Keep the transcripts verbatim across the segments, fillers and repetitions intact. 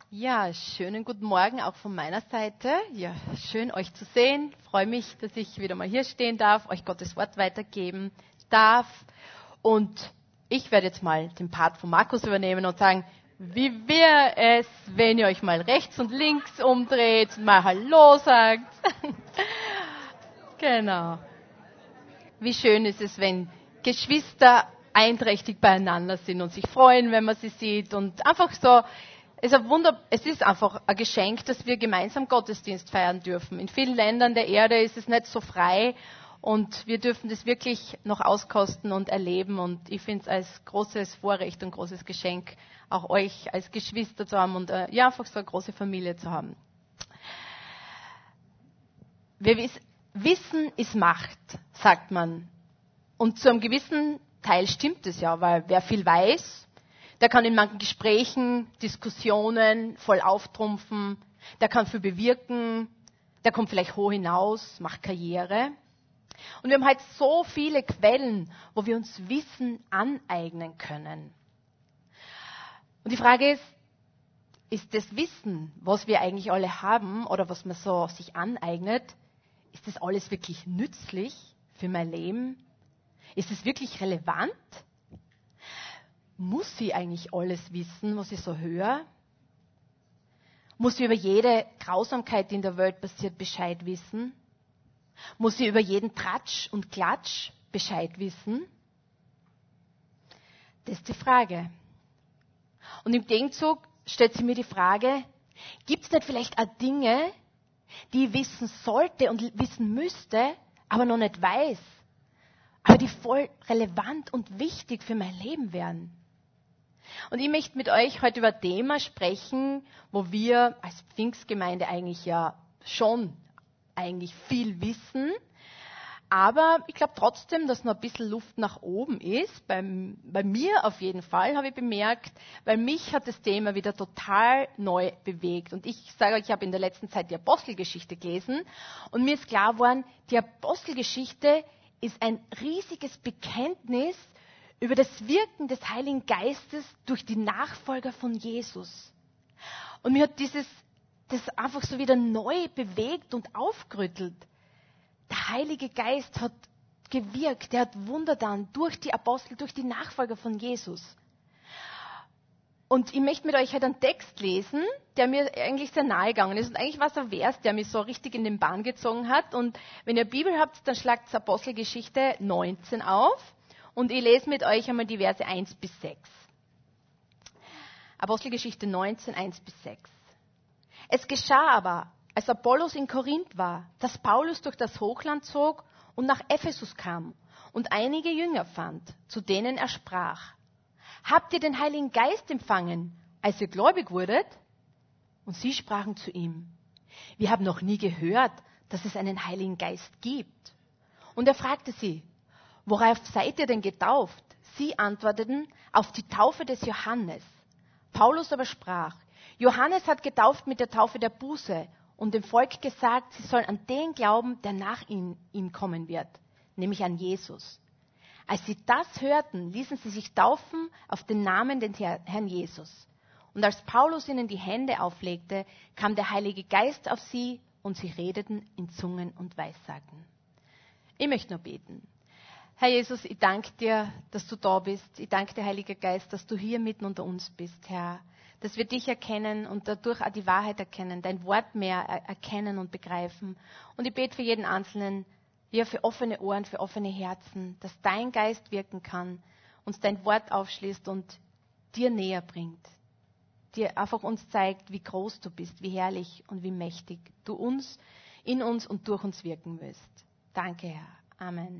Ja, schönen guten Morgen auch von meiner Seite. Ja, schön euch zu sehen. Ich freue mich, dass ich wieder mal hier stehen darf, euch Gottes Wort weitergeben darf. Und ich werde jetzt mal den Part von Markus übernehmen und sagen, wie wäre es, wenn ihr euch mal rechts und links umdreht, mal Hallo sagt. Genau. Wie schön ist es, wenn Geschwister einträchtig beieinander sind und sich freuen, wenn man sie sieht und einfach so. Es ist, ein Wunder, es ist einfach ein Geschenk, dass wir gemeinsam Gottesdienst feiern dürfen. In vielen Ländern der Erde ist es nicht so frei und wir dürfen das wirklich noch auskosten und erleben. Und ich finde es als großes Vorrecht und großes Geschenk, auch euch als Geschwister zu haben und äh, ja, einfach so eine große Familie zu haben. Wir wiss, Wissen ist Macht, sagt man. Und zu einem gewissen Teil stimmt es ja, weil wer viel weiß, der kann in manchen Gesprächen, Diskussionen voll auftrumpfen, der kann viel bewirken, der kommt vielleicht hoch hinaus, macht Karriere. Und wir haben halt so viele Quellen, wo wir uns Wissen aneignen können. Und die Frage ist, ist das Wissen, was wir eigentlich alle haben oder was man so sich aneignet, ist das alles wirklich nützlich für mein Leben? Ist es wirklich relevant? Muss ich eigentlich alles wissen, was ich so höre? Muss ich über jede Grausamkeit, die in der Welt passiert, Bescheid wissen? Muss ich über jeden Tratsch und Klatsch Bescheid wissen? Das ist die Frage. Und im Gegenzug stellt sich mir die Frage, gibt es nicht vielleicht auch Dinge, die ich wissen sollte und wissen müsste, aber noch nicht weiß, aber die voll relevant und wichtig für mein Leben wären? Und ich möchte mit euch heute über ein Thema sprechen, wo wir als Pfingstgemeinde eigentlich ja schon eigentlich viel wissen. Aber ich glaube trotzdem, dass noch ein bisschen Luft nach oben ist. Bei, bei mir auf jeden Fall, habe ich bemerkt, weil mich hat das Thema wieder total neu bewegt. Und ich sage euch, ich habe in der letzten Zeit die Apostelgeschichte gelesen und mir ist klar geworden, die Apostelgeschichte ist ein riesiges Bekenntnis über das Wirken des Heiligen Geistes durch die Nachfolger von Jesus. Und mir hat dieses, das einfach so wieder neu bewegt und aufgerüttelt. Der Heilige Geist hat gewirkt, er hat Wunder getan durch die Apostel, durch die Nachfolger von Jesus. Und ich möchte mit euch heute einen Text lesen, der mir eigentlich sehr nahe gegangen ist. Und eigentlich war es ein Vers, der mich so richtig in den Bann gezogen hat. Und wenn ihr Bibel habt, dann schlagt Apostelgeschichte neunzehn auf. Und ich lese mit euch einmal die Verse eins bis sechs. Apostelgeschichte neunzehn, eins bis sechs. Es geschah aber, als Apollos in Korinth war, dass Paulus durch das Hochland zog und nach Ephesus kam und einige Jünger fand, zu denen er sprach: Habt ihr den Heiligen Geist empfangen, als ihr gläubig wurdet? Und sie sprachen zu ihm: Wir haben noch nie gehört, dass es einen Heiligen Geist gibt. Und er fragte sie: Worauf seid ihr denn getauft? Sie antworteten: Auf die Taufe des Johannes. Paulus aber sprach: Johannes hat getauft mit der Taufe der Buße und dem Volk gesagt, sie sollen an den glauben, der nach ihm, ihm kommen wird, nämlich an Jesus. Als sie das hörten, ließen sie sich taufen auf den Namen des Herrn Jesus. Und als Paulus ihnen die Hände auflegte, kam der Heilige Geist auf sie und sie redeten in Zungen und Weissagten. Ich möchte nur beten. Herr Jesus, ich danke dir, dass du da bist. Ich danke dir, Heiliger Geist, dass du hier mitten unter uns bist, Herr. Dass wir dich erkennen und dadurch auch die Wahrheit erkennen, dein Wort mehr erkennen und begreifen. Und ich bete für jeden Einzelnen, ja, für offene Ohren, für offene Herzen, dass dein Geist wirken kann, uns dein Wort aufschließt und dir näher bringt. Dir einfach uns zeigt, wie groß du bist, wie herrlich und wie mächtig du uns, in uns und durch uns wirken willst. Danke, Herr. Amen.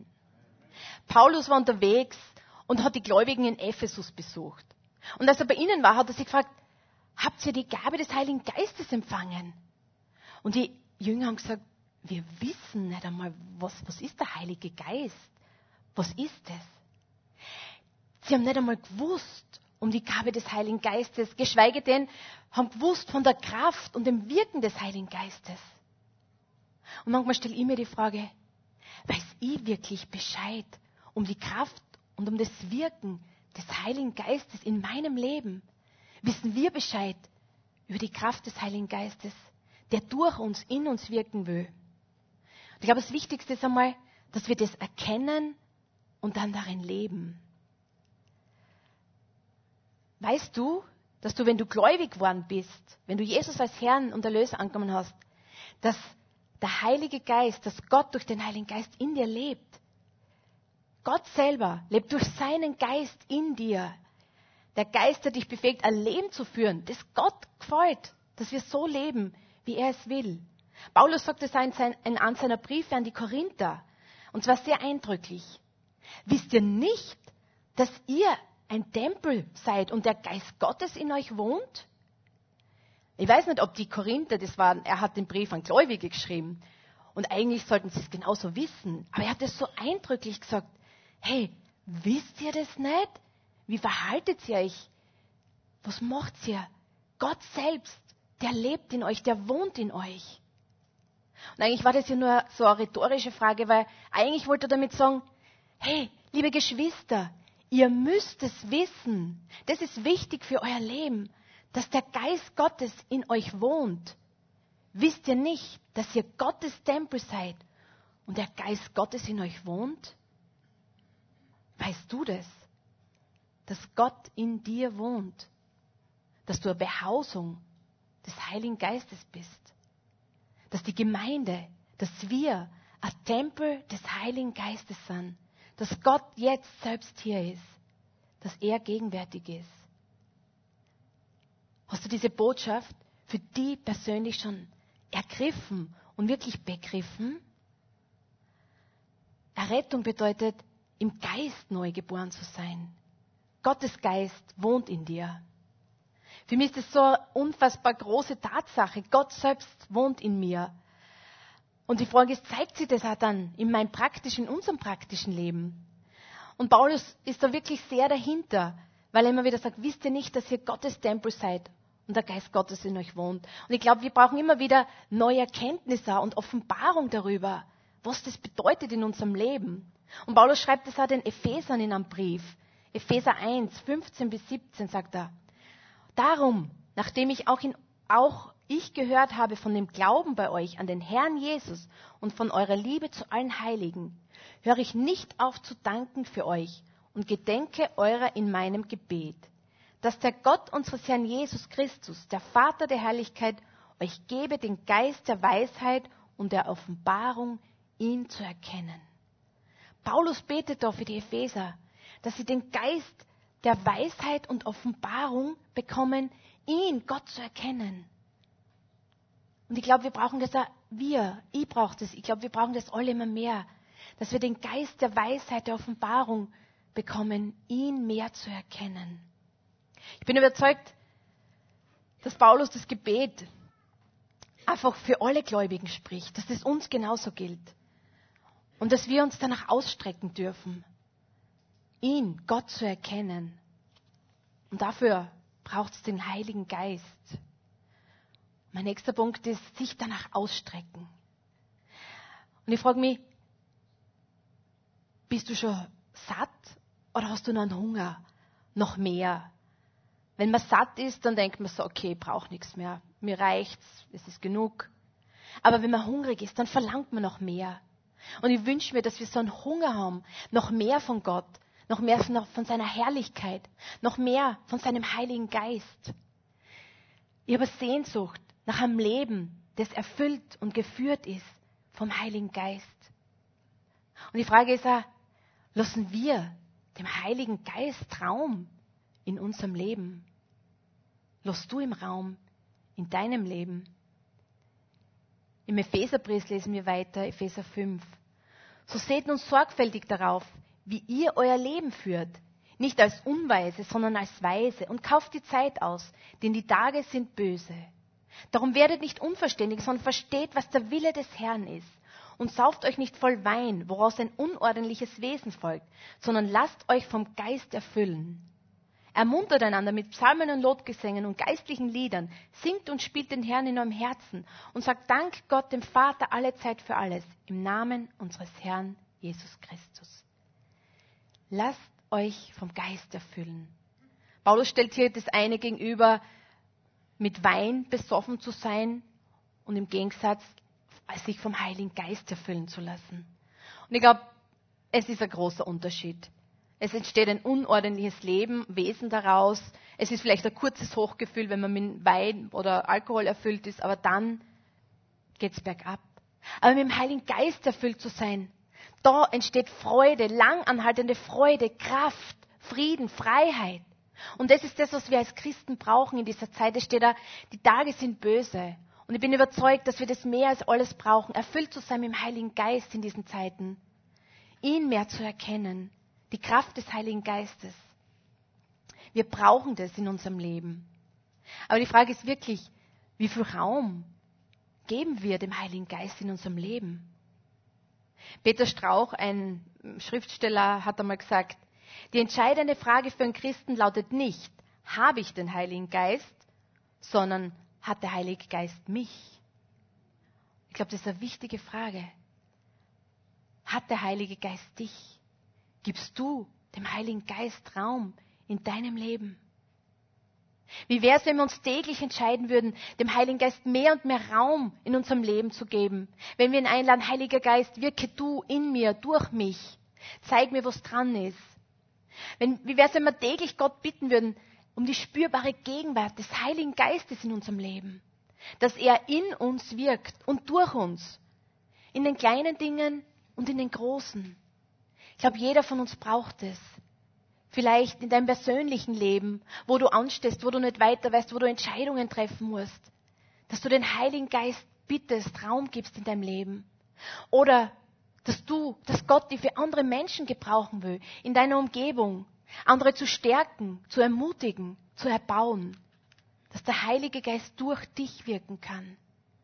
Paulus war unterwegs und hat die Gläubigen in Ephesus besucht. Und als er bei ihnen war, hat er sich gefragt: Habt ihr die Gabe des Heiligen Geistes empfangen? Und die Jünger haben gesagt: Wir wissen nicht einmal, was, was ist der Heilige Geist? Was ist es? Sie haben nicht einmal gewusst um die Gabe des Heiligen Geistes, geschweige denn haben gewusst von der Kraft und dem Wirken des Heiligen Geistes. Und manchmal stelle ich mir die Frage: Weiß ich wirklich Bescheid um die Kraft und um das Wirken des Heiligen Geistes in meinem Leben? Wissen wir Bescheid über die Kraft des Heiligen Geistes, der durch uns, in uns wirken will. Und ich glaube, das Wichtigste ist einmal, dass wir das erkennen und dann darin leben. Weißt du, dass du, wenn du gläubig geworden bist, wenn du Jesus als Herrn und Erlöser angenommen hast, dass der Heilige Geist, dass Gott durch den Heiligen Geist in dir lebt? Gott selber lebt durch seinen Geist in dir. Der Geist, der dich befähigt, ein Leben zu führen, das Gott gefällt, dass wir so leben, wie er es will. Paulus sagt es in einem seiner Briefe an die Korinther, und zwar sehr eindrücklich. Wisst ihr nicht, dass ihr ein Tempel seid und der Geist Gottes in euch wohnt? Ich weiß nicht, ob die Korinther, das waren, er hat den Brief an Gläubige geschrieben, und eigentlich sollten sie es genauso wissen, aber er hat es so eindrücklich gesagt, hey, wisst ihr das nicht? Wie verhaltet ihr euch? Was macht ihr? Gott selbst, der lebt in euch, der wohnt in euch. Und eigentlich war das ja nur so eine rhetorische Frage, weil eigentlich wollte er damit sagen, hey, liebe Geschwister, ihr müsst es wissen. Das ist wichtig für euer Leben, dass der Geist Gottes in euch wohnt. Wisst ihr nicht, dass ihr Gottes Tempel seid und der Geist Gottes in euch wohnt? Weißt du das? Dass Gott in dir wohnt, dass du eine Behausung des Heiligen Geistes bist, dass die Gemeinde, dass wir ein Tempel des Heiligen Geistes sind, dass Gott jetzt selbst hier ist, dass er gegenwärtig ist. Hast du diese Botschaft für die persönlich schon ergriffen und wirklich begriffen? Errettung bedeutet, im Geist neu geboren zu sein. Gottes Geist wohnt in dir. Für mich ist das so eine unfassbar große Tatsache. Gott selbst wohnt in mir. Und die Frage ist, zeigt sich das auch dann in meinem praktischen, in unserem praktischen Leben? Und Paulus ist da wirklich sehr dahinter, weil er immer wieder sagt, wisst ihr nicht, dass ihr Gottes Tempel seid und der Geist Gottes in euch wohnt? Und ich glaube, wir brauchen immer wieder neue Erkenntnisse und Offenbarung darüber, was das bedeutet in unserem Leben. Und Paulus schreibt das auch den Ephesern in einem Brief. Epheser eins, fünfzehn bis siebzehn sagt er, darum, nachdem ich auch, in, auch ich gehört habe von dem Glauben bei euch an den Herrn Jesus und von eurer Liebe zu allen Heiligen, höre ich nicht auf zu danken für euch und gedenke eurer in meinem Gebet, dass der Gott unseres Herrn Jesus Christus, der Vater der Herrlichkeit, euch gebe den Geist der Weisheit und der Offenbarung, ihn zu erkennen. Paulus betet da für die Epheser, dass sie den Geist der Weisheit und Offenbarung bekommen, ihn, Gott zu erkennen. Und ich glaube, wir brauchen das auch, wir, ich brauche das, ich glaube, wir brauchen das alle immer mehr, dass wir den Geist der Weisheit, der Offenbarung bekommen, ihn mehr zu erkennen. Ich bin überzeugt, dass Paulus das Gebet einfach für alle Gläubigen spricht, dass das uns genauso gilt. Und dass wir uns danach ausstrecken dürfen, ihn, Gott zu erkennen. Und dafür braucht es den Heiligen Geist. Mein nächster Punkt ist, sich danach ausstrecken. Und ich frage mich, bist du schon satt oder hast du noch einen Hunger? Noch mehr? Wenn man satt ist, dann denkt man so, okay, ich brauche nichts mehr. Mir reicht's, es ist genug. Aber wenn man hungrig ist, dann verlangt man noch mehr. Und ich wünsche mir, dass wir so einen Hunger haben, noch mehr von Gott, noch mehr von, von seiner Herrlichkeit, noch mehr von seinem Heiligen Geist. Ich habe Sehnsucht nach einem Leben, das erfüllt und geführt ist vom Heiligen Geist. Und die Frage ist auch, lassen wir dem Heiligen Geist Raum in unserem Leben? Lass du ihm Raum in deinem Leben? Im Epheserbrief lesen wir weiter, Epheser fünf. So seht nun sorgfältig darauf, wie ihr euer Leben führt. Nicht als Unweise, sondern als Weise. Und kauft die Zeit aus, denn die Tage sind böse. Darum werdet nicht unverständig, sondern versteht, was der Wille des Herrn ist. Und sauft euch nicht voll Wein, woraus ein unordentliches Wesen folgt, sondern lasst euch vom Geist erfüllen. Ermuntert einander mit Psalmen und Lobgesängen und geistlichen Liedern, singt und spielt den Herrn in eurem Herzen und sagt Dank Gott dem Vater alle Zeit für alles, im Namen unseres Herrn Jesus Christus. Lasst euch vom Geist erfüllen. Paulus stellt hier das eine gegenüber, mit Wein besoffen zu sein und im Gegensatz sich vom Heiligen Geist erfüllen zu lassen. Und ich glaube, es ist ein großer Unterschied. Es entsteht ein unordentliches Leben, Wesen daraus. Es ist vielleicht ein kurzes Hochgefühl, wenn man mit Wein oder Alkohol erfüllt ist, aber dann geht es bergab. Aber mit dem Heiligen Geist erfüllt zu sein, da entsteht Freude, langanhaltende Freude, Kraft, Frieden, Freiheit. Und das ist das, was wir als Christen brauchen in dieser Zeit. Es steht da, die Tage sind böse. Und ich bin überzeugt, dass wir das mehr als alles brauchen, erfüllt zu sein mit dem Heiligen Geist in diesen Zeiten. Ihn mehr zu erkennen, die Kraft des Heiligen Geistes. Wir brauchen das in unserem Leben. Aber die Frage ist wirklich, wie viel Raum geben wir dem Heiligen Geist in unserem Leben? Peter Strauch, ein Schriftsteller, hat einmal gesagt, die entscheidende Frage für einen Christen lautet nicht, habe ich den Heiligen Geist, sondern hat der Heilige Geist mich? Ich glaube, das ist eine wichtige Frage. Hat der Heilige Geist dich? Gibst du dem Heiligen Geist Raum in deinem Leben? Wie wäre es, wenn wir uns täglich entscheiden würden, dem Heiligen Geist mehr und mehr Raum in unserem Leben zu geben? Wenn wir ihn einladen, Heiliger Geist, wirke du in mir, durch mich. Zeig mir, was dran ist. Wenn, wie wäre es, wenn wir täglich Gott bitten würden, um die spürbare Gegenwart des Heiligen Geistes in unserem Leben? Dass er in uns wirkt und durch uns. In den kleinen Dingen und in den großen. Ich glaube, jeder von uns braucht es. Vielleicht in deinem persönlichen Leben, wo du anstehst, wo du nicht weiter weißt, wo du Entscheidungen treffen musst. Dass du den Heiligen Geist bittest, Raum gibst in deinem Leben. Oder dass du, dass Gott dich für andere Menschen gebrauchen will, in deiner Umgebung. Andere zu stärken, zu ermutigen, zu erbauen. Dass der Heilige Geist durch dich wirken kann.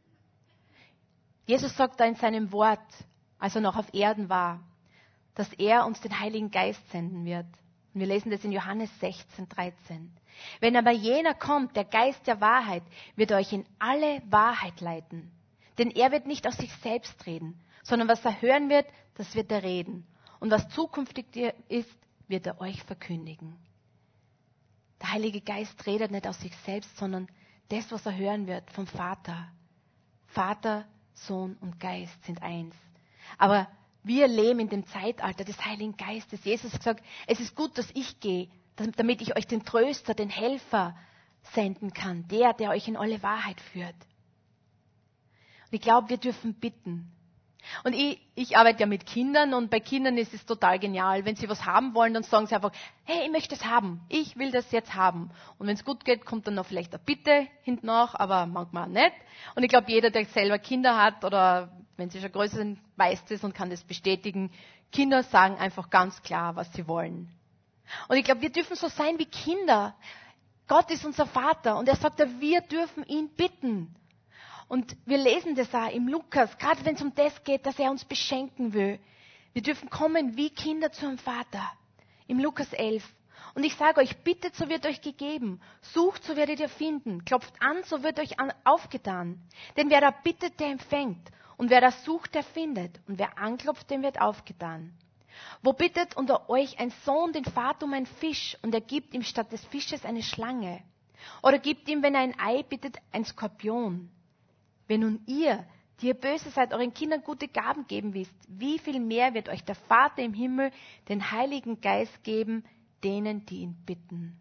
Jesus sagt da in seinem Wort, als er noch auf Erden war, dass er uns den Heiligen Geist senden wird. Und wir lesen das in Johannes sechzehn, dreizehn. Wenn aber jener kommt, der Geist der Wahrheit, wird er euch in alle Wahrheit leiten. Denn er wird nicht aus sich selbst reden, sondern was er hören wird, das wird er reden. Und was zukünftig ist, wird er euch verkündigen. Der Heilige Geist redet nicht aus sich selbst, sondern das, was er hören wird vom Vater. Vater, Sohn und Geist sind eins. Aber wir leben in dem Zeitalter des Heiligen Geistes. Jesus hat gesagt, es ist gut, dass ich gehe, damit ich euch den Tröster, den Helfer senden kann. Der, der euch in alle Wahrheit führt. Und ich glaube, wir dürfen bitten. Und ich, ich arbeite ja mit Kindern und bei Kindern ist es total genial. Wenn sie was haben wollen, dann sagen sie einfach, hey, ich möchte es haben. Ich will das jetzt haben. Und wenn es gut geht, kommt dann noch vielleicht eine Bitte hinten nach, aber manchmal auch nicht. Und ich glaube, jeder, der selber Kinder hat oder wenn sie schon größer sind, weiß das und kann das bestätigen. Kinder sagen einfach ganz klar, was sie wollen. Und ich glaube, wir dürfen so sein wie Kinder. Gott ist unser Vater und er sagt, wir dürfen ihn bitten. Und wir lesen das auch im Lukas, gerade wenn es um das geht, dass er uns beschenken will. Wir dürfen kommen wie Kinder zu einem Vater. Im Lukas elf. Und ich sage euch, bittet, so wird euch gegeben. Sucht, so werdet ihr finden. Klopft an, so wird euch aufgetan. Denn wer da bittet, der empfängt. Und wer das sucht, der findet. Und wer anklopft, dem wird aufgetan. Wo bittet unter euch ein Sohn den Vater um einen Fisch und er gibt ihm statt des Fisches eine Schlange? Oder gibt ihm, wenn er ein Ei bittet, ein Skorpion? Wenn nun ihr, die ihr böse seid, euren Kindern gute Gaben geben wisst, wie viel mehr wird euch der Vater im Himmel den Heiligen Geist geben, denen, die ihn bitten?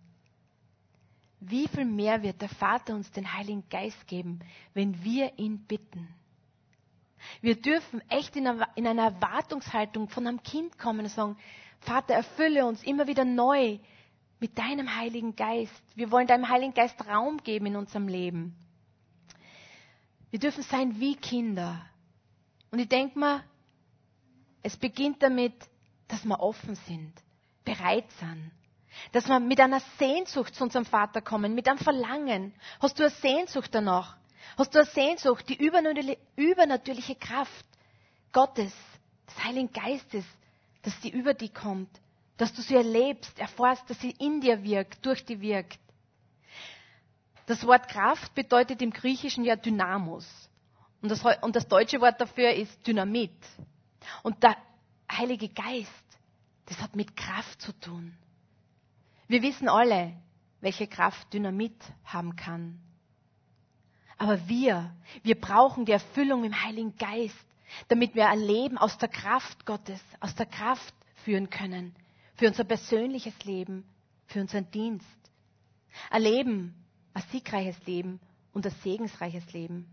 Wie viel mehr wird der Vater uns den Heiligen Geist geben, wenn wir ihn bitten? Wir dürfen echt in einer, in einer Erwartungshaltung von einem Kind kommen und sagen, Vater, erfülle uns immer wieder neu mit deinem Heiligen Geist. Wir wollen deinem Heiligen Geist Raum geben in unserem Leben. Wir dürfen sein wie Kinder. Und ich denke mal, es beginnt damit, dass wir offen sind, bereit sind. Dass wir mit einer Sehnsucht zu unserem Vater kommen, mit einem Verlangen. Hast du eine Sehnsucht danach? Hast du eine Sehnsucht, die übernatürliche Kraft Gottes, des Heiligen Geistes, dass die über dich kommt, dass du sie erlebst, erfährst, dass sie in dir wirkt, durch dich wirkt. Das Wort Kraft bedeutet im Griechischen ja Dynamos. Und das, und das deutsche Wort dafür ist Dynamit. Und der Heilige Geist, das hat mit Kraft zu tun. Wir wissen alle, welche Kraft Dynamit haben kann. Aber wir, wir brauchen die Erfüllung im Heiligen Geist, damit wir ein Leben aus der Kraft Gottes, aus der Kraft führen können. Für unser persönliches Leben, für unseren Dienst. Ein Leben, ein siegreiches Leben und ein segensreiches Leben.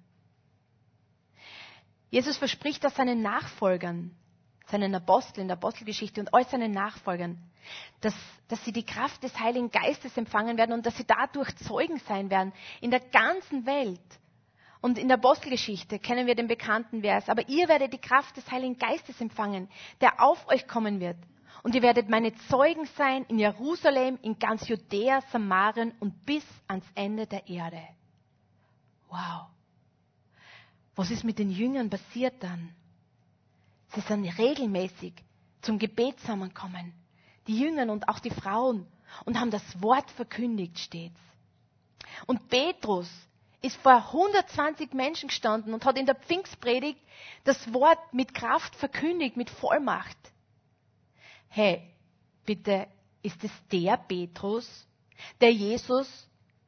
Jesus verspricht das seinen Nachfolgern, seinen Aposteln in der Apostelgeschichte und all seinen Nachfolgern, dass, dass sie die Kraft des Heiligen Geistes empfangen werden und dass sie dadurch Zeugen sein werden in der ganzen Welt. Und in der Apostelgeschichte kennen wir den bekannten Vers, aber ihr werdet die Kraft des Heiligen Geistes empfangen, der auf euch kommen wird. Und ihr werdet meine Zeugen sein in Jerusalem, in ganz Judäa, Samarien und bis ans Ende der Erde. Wow. Was ist mit den Jüngern passiert dann? Sie sind regelmäßig zum Gebet zusammengekommen. Die Jünger und auch die Frauen. Und haben das Wort verkündigt stets. Und Petrus ist vor hundertzwanzig Menschen gestanden und hat in der Pfingstpredigt das Wort mit Kraft verkündigt, mit Vollmacht. Hey, bitte, ist es der Petrus, der Jesus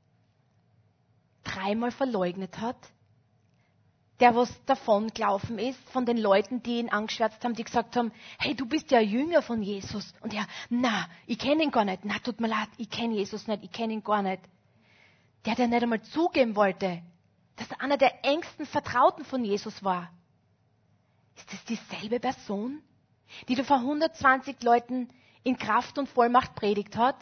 dreimal verleugnet hat? Der, was davon gelaufen ist, von den Leuten, die ihn angeschwärzt haben, die gesagt haben, hey, du bist ja ein Jünger von Jesus. Und er, na, ich kenne ihn gar nicht. Na, tut mir leid, ich kenne Jesus nicht, ich kenne ihn gar nicht. Der, der nicht einmal zugeben wollte, dass er einer der engsten Vertrauten von Jesus war. Ist das dieselbe Person, die du vor hundertzwanzig Leuten in Kraft und Vollmacht predigt hat?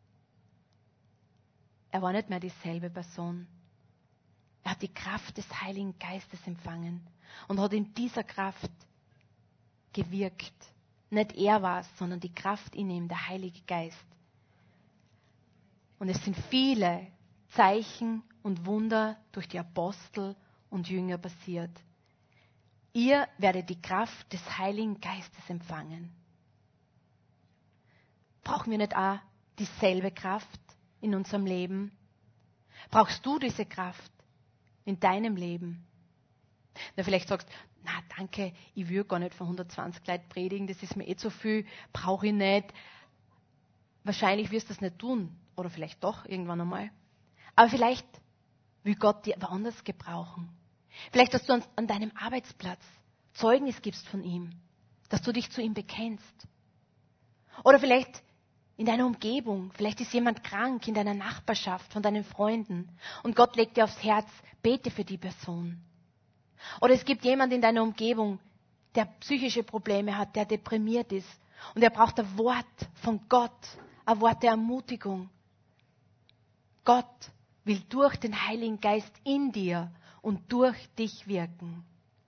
Er war nicht mehr dieselbe Person. Er hat die Kraft des Heiligen Geistes empfangen und hat in dieser Kraft gewirkt. Nicht er war es, sondern die Kraft in ihm, der Heilige Geist. Und es sind viele Zeichen und Wunder durch die Apostel und Jünger passiert. Ihr werdet die Kraft des Heiligen Geistes empfangen. Brauchen wir nicht auch dieselbe Kraft in unserem Leben? Brauchst du diese Kraft in deinem Leben? Na, vielleicht sagst du, na danke, ich will gar nicht von hundertzwanzig Leuten predigen, das ist mir eh zu viel, brauche ich nicht. Wahrscheinlich wirst du das nicht tun. Oder vielleicht doch irgendwann einmal. Aber vielleicht will Gott dir woanders gebrauchen. Vielleicht, dass du an, an deinem Arbeitsplatz Zeugnis gibst von ihm, dass du dich zu ihm bekennst. Oder vielleicht in deiner Umgebung, vielleicht ist jemand krank in deiner Nachbarschaft, von deinen Freunden und Gott legt dir aufs Herz, bete für die Person. Oder es gibt jemand in deiner Umgebung, der psychische Probleme hat, der deprimiert ist und er braucht ein Wort von Gott, ein Wort der Ermutigung. Gott will durch den Heiligen Geist in dir und durch dich wirken.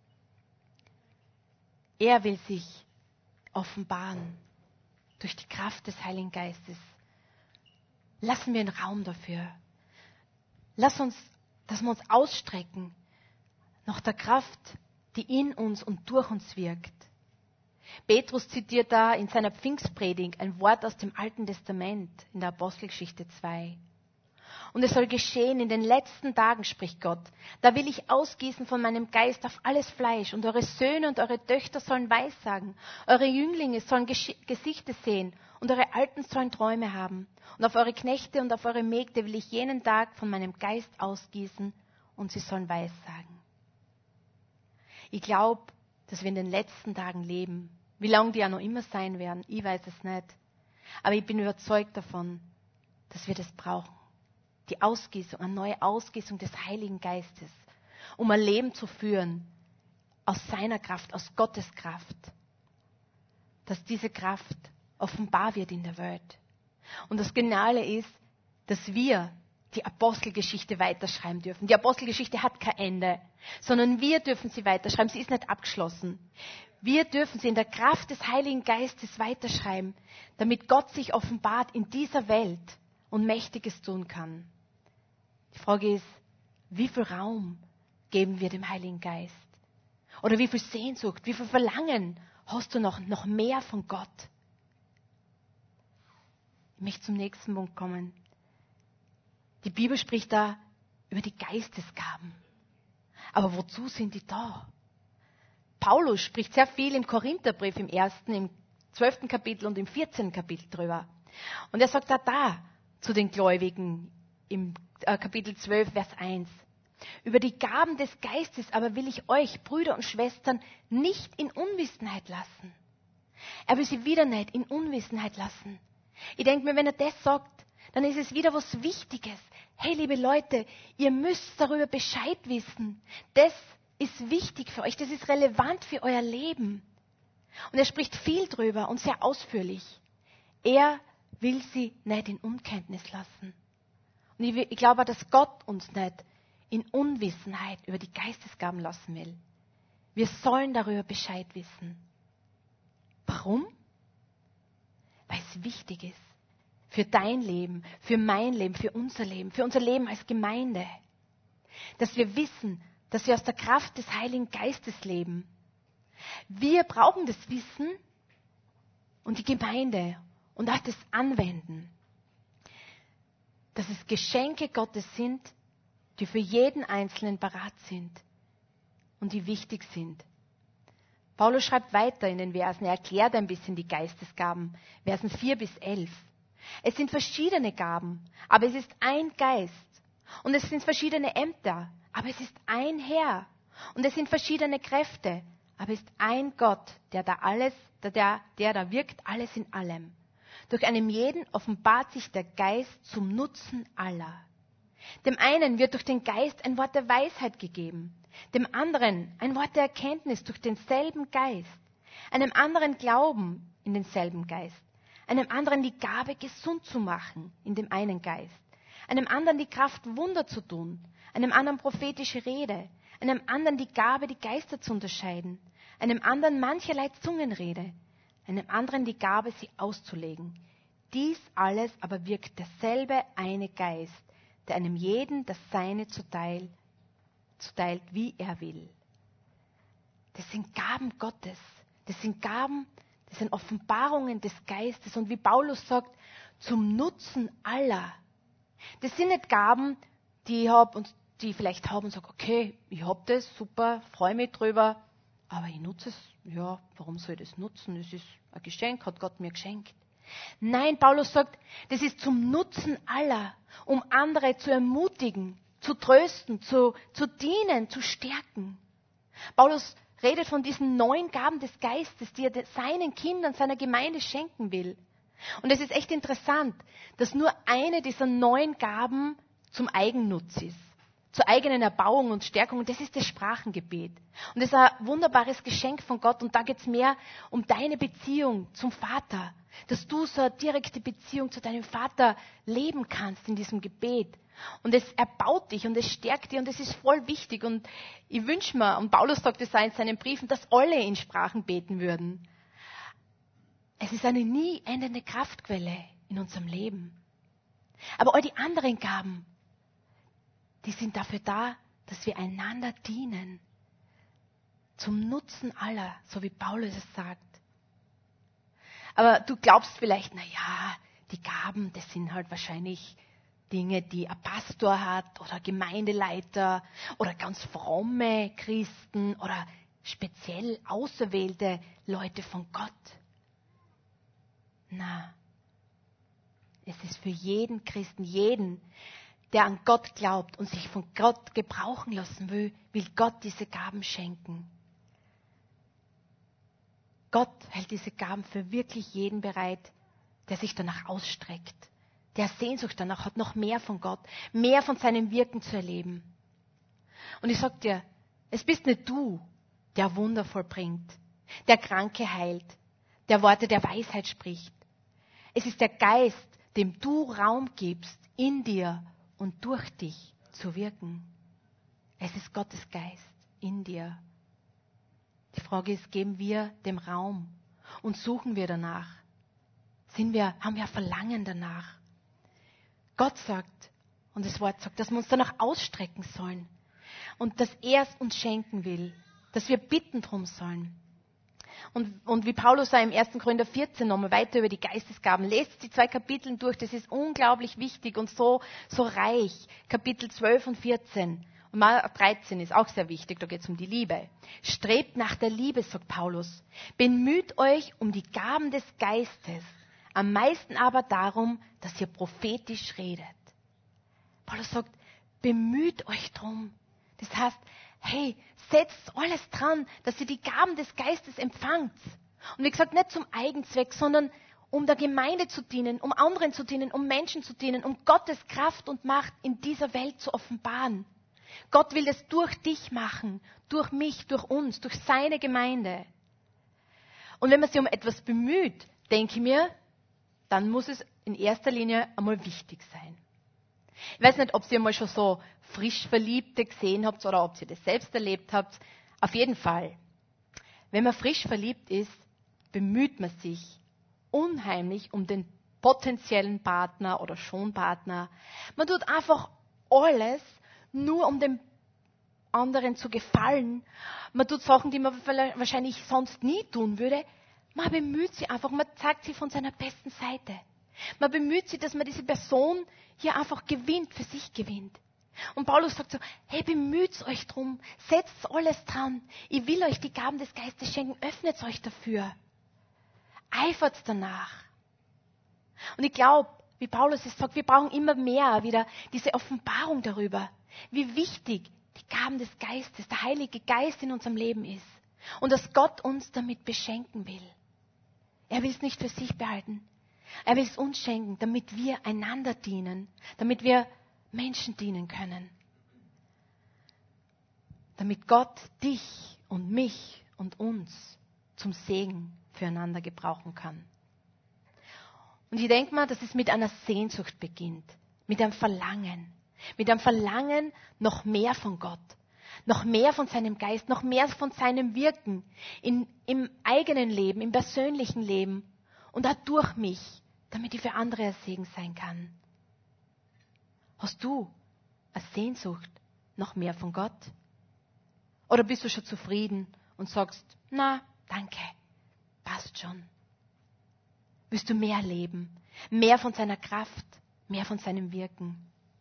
Er will sich offenbaren durch die Kraft des Heiligen Geistes. Lassen wir einen Raum dafür. Lass uns, dass wir uns ausstrecken nach der Kraft, die in uns und durch uns wirkt. Petrus zitiert da in seiner Pfingstpredigt ein Wort aus dem Alten Testament in der Apostelgeschichte zwei. Und es soll geschehen in den letzten Tagen, spricht Gott. Da will ich ausgießen von meinem Geist auf alles Fleisch und eure Söhne und eure Töchter sollen Weissagen. Eure Jünglinge sollen Gesch- Gesichter sehen und eure Alten sollen Träume haben. Und auf eure Knechte und auf eure Mägde will ich jenen Tag von meinem Geist ausgießen und sie sollen Weissagen. Ich glaube, dass wir in den letzten Tagen leben. Wie lange die ja noch immer sein werden, ich weiß es nicht. Aber ich bin überzeugt davon, dass wir das brauchen. Die Ausgießung, eine neue Ausgießung des Heiligen Geistes, um ein Leben zu führen aus seiner Kraft, aus Gottes Kraft. Dass diese Kraft offenbar wird in der Welt. Und das Geniale ist, dass wir die Apostelgeschichte weiterschreiben dürfen. Die Apostelgeschichte hat kein Ende, sondern wir dürfen sie weiterschreiben. Sie ist nicht abgeschlossen. Wir dürfen sie in der Kraft des Heiligen Geistes weiterschreiben, damit Gott sich offenbart in dieser Welt und Mächtiges tun kann. Die Frage ist, wie viel Raum geben wir dem Heiligen Geist? Oder wie viel Sehnsucht, wie viel Verlangen hast du noch, noch mehr von Gott? Ich möchte zum nächsten Punkt kommen. Die Bibel spricht da über die Geistesgaben. Aber wozu sind die da? Paulus spricht sehr viel im Korintherbrief, im ersten, im zwölften Kapitel und im vierzehnten Kapitel drüber. Und er sagt da, da zu den Gläubigen im Kapitel zwölf, Vers eins. über die Gaben des Geistes aber will ich euch, Brüder und Schwestern, nicht in Unwissenheit lassen. Er will sie wieder nicht in Unwissenheit lassen. Ich denke mir, wenn er das sagt, dann ist es wieder was Wichtiges. Hey, liebe Leute, ihr müsst darüber Bescheid wissen. Das ist wichtig für euch, das ist relevant für euer Leben. Und er spricht viel drüber und sehr ausführlich. Er will sie nicht in Unkenntnis lassen. Und ich, ich glaube, dass Gott uns nicht in Unwissenheit über die Geistesgaben lassen will. Wir sollen darüber Bescheid wissen. Warum? Weil es wichtig ist. Für dein Leben, für mein Leben, für unser Leben, für unser Leben als Gemeinde. Dass wir wissen, dass wir aus der Kraft des Heiligen Geistes leben. Wir brauchen das Wissen und die Gemeinde und auch das Anwenden. Dass es Geschenke Gottes sind, die für jeden Einzelnen parat sind und die wichtig sind. Paulus schreibt weiter in den Versen, er erklärt ein bisschen die Geistesgaben, Versen vier bis elf. Es sind verschiedene Gaben, aber es ist ein Geist. Und es sind verschiedene Ämter, aber es ist ein Herr. Und es sind verschiedene Kräfte, aber es ist ein Gott, der da alles, der, der, der da wirkt, alles in allem. Durch einem jeden offenbart sich der Geist zum Nutzen aller. Dem einen wird durch den Geist ein Wort der Weisheit gegeben, dem anderen ein Wort der Erkenntnis durch denselben Geist, einem anderen Glauben in denselben Geist, einem anderen die Gabe, gesund zu machen, in dem einen Geist, einem anderen die Kraft, Wunder zu tun, einem anderen prophetische Rede, einem anderen die Gabe, die Geister zu unterscheiden, einem anderen mancherlei Zungenrede, einem anderen die Gabe, sie auszulegen. Dies alles aber wirkt derselbe eine Geist, der einem jeden das Seine zuteil, zuteilt, wie er will. Das sind Gaben Gottes. Das sind Gaben, das sind Offenbarungen des Geistes. Und wie Paulus sagt, zum Nutzen aller. Das sind nicht Gaben, die ich habe und die ich vielleicht habe und sage, okay, ich habe das, super, freue mich drüber, aber ich nutze es, ja, warum soll ich das nutzen? Es ist ein Geschenk, hat Gott mir geschenkt. Nein, Paulus sagt, das ist zum Nutzen aller, um andere zu ermutigen, zu trösten, zu, zu dienen, zu stärken. Paulus redet von diesen neuen Gaben des Geistes, die er seinen Kindern, seiner Gemeinde schenken will. Und es ist echt interessant, dass nur eine dieser neuen Gaben zum Eigennutz ist, zur eigenen Erbauung und Stärkung. Und das ist das Sprachengebet. Und das ist ein wunderbares Geschenk von Gott. Und da geht es mehr um deine Beziehung zum Vater, dass du so eine direkte Beziehung zu deinem Vater leben kannst in diesem Gebet. Und es erbaut dich und es stärkt dich und es ist voll wichtig. Und ich wünsche mir, und Paulus sagt es auch in seinen Briefen, dass alle in Sprachen beten würden. Es ist eine nie endende Kraftquelle in unserem Leben. Aber all die anderen Gaben, die sind dafür da, dass wir einander dienen. Zum Nutzen aller, so wie Paulus es sagt. Aber du glaubst vielleicht, na ja, die Gaben, das sind halt wahrscheinlich Dinge, die ein Pastor hat oder Gemeindeleiter oder ganz fromme Christen oder speziell auserwählte Leute von Gott. Na, es ist für jeden Christen, jeden, der an Gott glaubt und sich von Gott gebrauchen lassen will, will Gott diese Gaben schenken. Gott hält diese Gaben für wirklich jeden bereit, der sich danach ausstreckt, der Sehnsucht danach hat, noch mehr von Gott, mehr von seinem Wirken zu erleben. Und ich sag dir, es bist nicht du, der Wunder vollbringt, der Kranke heilt, der Worte der Weisheit spricht. Es ist der Geist, dem du Raum gibst, in dir und durch dich zu wirken. Es ist Gottes Geist in dir. Die Frage ist, geben wir dem Raum und suchen wir danach? Sind wir, haben wir ein Verlangen danach? Gott sagt, und das Wort sagt, dass wir uns danach ausstrecken sollen und dass er es uns schenken will, dass wir bitten drum sollen. Und, und wie Paulus auch im ersten Korinther vierzehn nochmal weiter über die Geistesgaben, lest die zwei Kapitel durch, das ist unglaublich wichtig und so, so reich. Kapitel zwölf und vierzehn. Und mal dreizehn ist auch sehr wichtig, da geht es um die Liebe. Strebt nach der Liebe, sagt Paulus. Bemüht euch um die Gaben des Geistes, am meisten aber darum, dass ihr prophetisch redet. Paulus sagt, bemüht euch drum. heißt, hey, setzt alles dran, dass ihr die Gaben des Geistes empfangt. Und wie gesagt, nicht zum Eigenzweck, sondern um der Gemeinde zu dienen, um anderen zu dienen, um Menschen zu dienen, um Gottes Kraft und Macht in dieser Welt zu offenbaren. Gott will es durch dich machen, durch mich, durch uns, durch seine Gemeinde. Und wenn man sich um etwas bemüht, denke ich mir, dann muss es in erster Linie einmal wichtig sein. Ich weiß nicht, ob ihr mal schon so frisch Verliebte gesehen habt oder ob ihr das selbst erlebt habt. Auf jeden Fall, wenn man frisch verliebt ist, bemüht man sich unheimlich um den potenziellen Partner oder Schonpartner. Man tut einfach alles, nur um dem anderen zu gefallen. Man tut Sachen, die man wahrscheinlich sonst nie tun würde. Man bemüht sich einfach, man zeigt sie von seiner besten Seite. Man bemüht sich, dass man diese Person hier einfach gewinnt, für sich gewinnt. Und Paulus sagt so, hey, bemüht euch drum, setzt alles dran. Ich will euch die Gaben des Geistes schenken, öffnet euch dafür. Eifert danach. Und ich glaube, wie Paulus es sagt, wir brauchen immer mehr wieder diese Offenbarung darüber, wie wichtig die Gaben des Geistes, der Heilige Geist in unserem Leben ist. Und dass Gott uns damit beschenken will. Er will es nicht für sich behalten. Er will es uns schenken, damit wir einander dienen, damit wir Menschen dienen können. Damit Gott dich und mich und uns zum Segen füreinander gebrauchen kann. Und ich denke mal, dass es mit einer Sehnsucht beginnt, mit einem Verlangen, mit einem Verlangen noch mehr von Gott, noch mehr von seinem Geist, noch mehr von seinem Wirken in, im eigenen Leben, im persönlichen Leben und auch durch mich, damit ich für andere ein Segen sein kann. Hast du eine Sehnsucht noch mehr von Gott? Oder bist du schon zufrieden und sagst, na, danke, passt schon. Willst du mehr leben, mehr von seiner Kraft, mehr von seinem Wirken?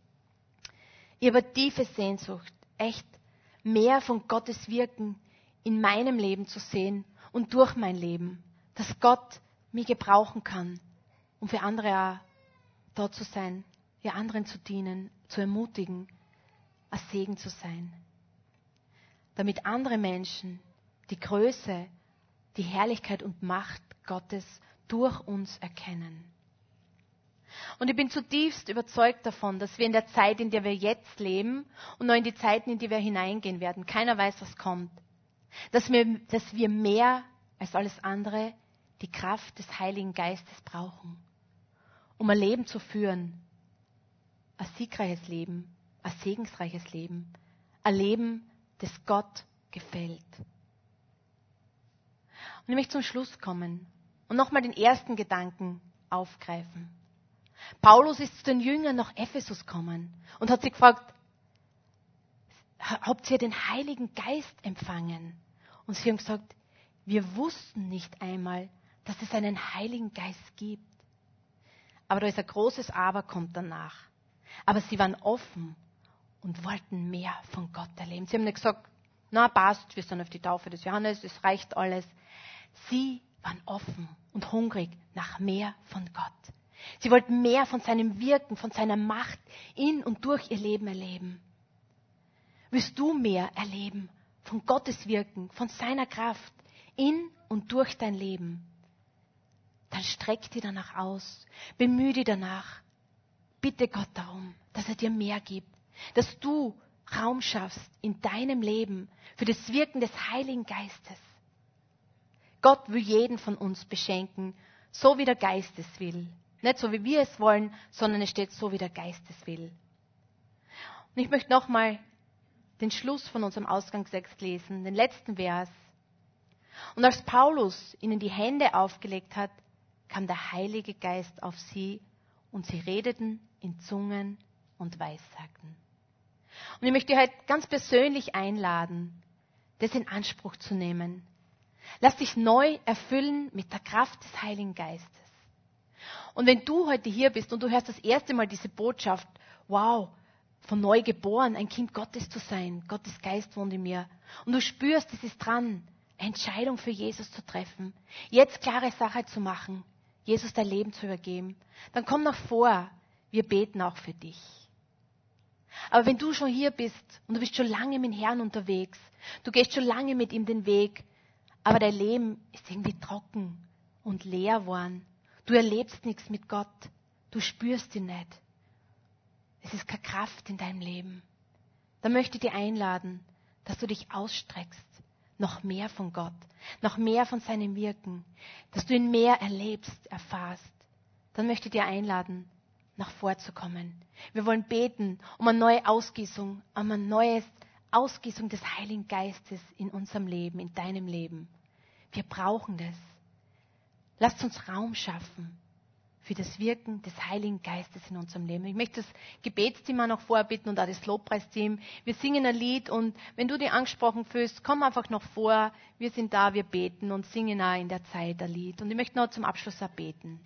Ich habe eine tiefe Sehnsucht, echt mehr von Gottes Wirken in meinem Leben zu sehen und durch mein Leben, dass Gott mich gebrauchen kann, um für andere auch da zu sein, ja anderen zu dienen, zu ermutigen, ein Segen zu sein. Damit andere Menschen die Größe, die Herrlichkeit und Macht Gottes durch uns erkennen. Und ich bin zutiefst überzeugt davon, dass wir in der Zeit, in der wir jetzt leben und noch in die Zeiten, in die wir hineingehen werden, keiner weiß, was kommt, dass wir, dass wir mehr als alles andere die Kraft des Heiligen Geistes brauchen, um ein Leben zu führen, ein siegreiches Leben, ein segensreiches Leben, ein Leben, das Gott gefällt. Und ich möchte zum Schluss kommen und nochmal den ersten Gedanken aufgreifen. Paulus ist zu den Jüngern nach Ephesus gekommen und hat sie gefragt, habt ihr den Heiligen Geist empfangen? Und sie haben gesagt, wir wussten nicht einmal, dass es einen Heiligen Geist gibt. Aber da ist ein großes Aber kommt danach. Aber sie waren offen und wollten mehr von Gott erleben. Sie haben nicht gesagt, na passt, wir sind auf die Taufe des Johannes, es reicht alles. Sie waren offen und hungrig nach mehr von Gott. Sie wollten mehr von seinem Wirken, von seiner Macht in und durch ihr Leben erleben. Willst du mehr erleben von Gottes Wirken, von seiner Kraft in und durch dein Leben? Dann streck dich danach aus, bemühe dich danach. Bitte Gott darum, dass er dir mehr gibt, dass du Raum schaffst in deinem Leben für das Wirken des Heiligen Geistes. Gott will jeden von uns beschenken, so wie der Geist es will. Nicht so, wie wir es wollen, sondern es steht so, wie der Geist es will. Und ich möchte nochmal den Schluss von unserem Ausgangstext lesen, den letzten Vers. Und als Paulus ihnen die Hände aufgelegt hat, kam der Heilige Geist auf sie und sie redeten in Zungen und Weissagten. Und ich möchte dich heute ganz persönlich einladen, das in Anspruch zu nehmen. Lass dich neu erfüllen mit der Kraft des Heiligen Geistes. Und wenn du heute hier bist und du hörst das erste Mal diese Botschaft, wow, von neu geboren, ein Kind Gottes zu sein, Gottes Geist wohnt in mir, und du spürst, es ist dran, eine Entscheidung für Jesus zu treffen, jetzt klare Sache zu machen, Jesus dein Leben zu übergeben, dann komm nach vor, wir beten auch für dich. Aber wenn du schon hier bist und du bist schon lange mit dem Herrn unterwegs, du gehst schon lange mit ihm den Weg, aber dein Leben ist irgendwie trocken und leer geworden. Du erlebst nichts mit Gott. Du spürst ihn nicht. Es ist keine Kraft in deinem Leben. Dann möchte ich dich einladen, dass du dich ausstreckst. Noch mehr von Gott. Noch mehr von seinem Wirken. Dass du ihn mehr erlebst, erfahrst. Dann möchte ich dich einladen, nach vorzukommen. Wir wollen beten um eine neue Ausgießung, um eine neue Ausgießung des Heiligen Geistes in unserem Leben, in deinem Leben. Wir brauchen das. Lasst uns Raum schaffen für das Wirken des Heiligen Geistes in unserem Leben. Ich möchte das Gebetsteam auch noch vorbitten und auch das Lobpreisteam. Wir singen ein Lied und wenn du dich angesprochen fühlst, komm einfach noch vor. Wir sind da, wir beten und singen auch in der Zeit ein Lied. Und ich möchte noch zum Abschluss auch beten.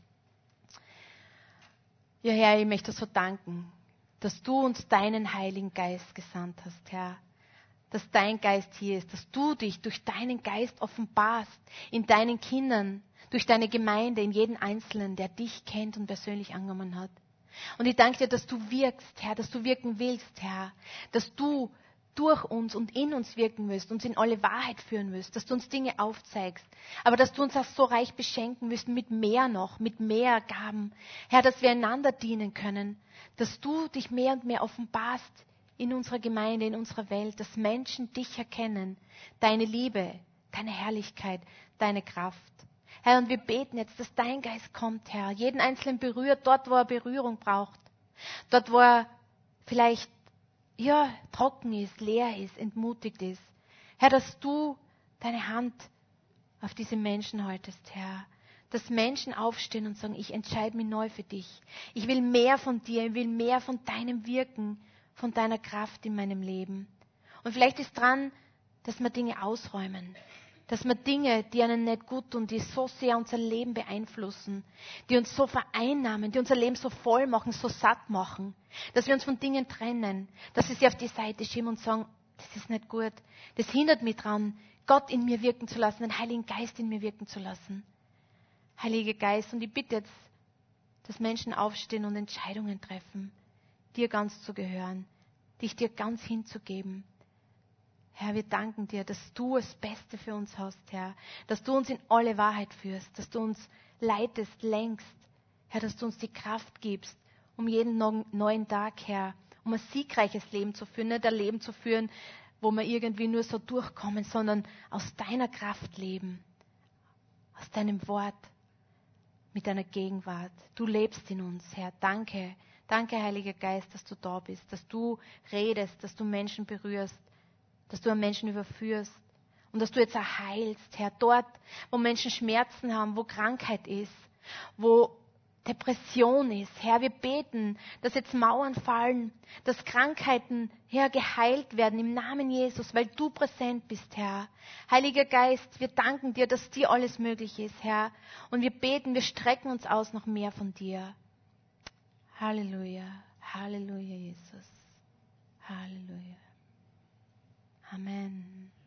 Ja, Herr, ich möchte so danken, dass du uns deinen Heiligen Geist gesandt hast, Herr. Dass dein Geist hier ist, dass du dich durch deinen Geist offenbarst in deinen Kindern, durch deine Gemeinde, in jeden Einzelnen, der dich kennt und persönlich angenommen hat. Und ich danke dir, dass du wirkst, Herr, dass du wirken willst, Herr, dass du durch uns und in uns wirken willst, uns in alle Wahrheit führen willst, dass du uns Dinge aufzeigst, aber dass du uns auch so reich beschenken willst mit mehr noch, mit mehr Gaben. Herr, dass wir einander dienen können, dass du dich mehr und mehr offenbarst in unserer Gemeinde, in unserer Welt, dass Menschen dich erkennen, deine Liebe, deine Herrlichkeit, deine Kraft. Herr, und wir beten jetzt, dass dein Geist kommt, Herr, jeden Einzelnen berührt, dort, wo er Berührung braucht, dort, wo er vielleicht ja, trocken ist, leer ist, entmutigt ist. Herr, dass du deine Hand auf diese Menschen haltest, Herr. Dass Menschen aufstehen und sagen, ich entscheide mich neu für dich. Ich will mehr von dir, ich will mehr von deinem Wirken, von deiner Kraft in meinem Leben. Und vielleicht ist dran, dass wir Dinge ausräumen. Dass wir Dinge, die einen nicht gut tun, die so sehr unser Leben beeinflussen, die uns so vereinnahmen, die unser Leben so voll machen, so satt machen, dass wir uns von Dingen trennen, dass wir sie auf die Seite schieben und sagen, das ist nicht gut. Das hindert mich daran, Gott in mir wirken zu lassen, den Heiligen Geist in mir wirken zu lassen. Heiliger Geist, und ich bitte jetzt, dass Menschen aufstehen und Entscheidungen treffen, dir ganz zu gehören, dich dir ganz hinzugeben. Herr, wir danken dir, dass du das Beste für uns hast, Herr. Dass du uns in alle Wahrheit führst, dass du uns leitest, lenkst. Herr, dass du uns die Kraft gibst, um jeden neuen Tag, Herr, um ein siegreiches Leben zu führen, nicht ein Leben zu führen, wo wir irgendwie nur so durchkommen, sondern aus deiner Kraft leben, aus deinem Wort, mit deiner Gegenwart. Du lebst in uns, Herr. Danke, danke, Heiliger Geist, dass du da bist, dass du redest, dass du Menschen berührst, dass du Menschen überführst und dass du jetzt auch heilst, Herr, dort, wo Menschen Schmerzen haben, wo Krankheit ist, wo Depression ist. Herr, wir beten, dass jetzt Mauern fallen, dass Krankheiten, Herr, geheilt werden im Namen Jesus, weil du präsent bist, Herr. Heiliger Geist, wir danken dir, dass dir alles möglich ist, Herr. Und wir beten, wir strecken uns aus nach mehr von dir. Halleluja, Halleluja, Jesus. Halleluja. Amen.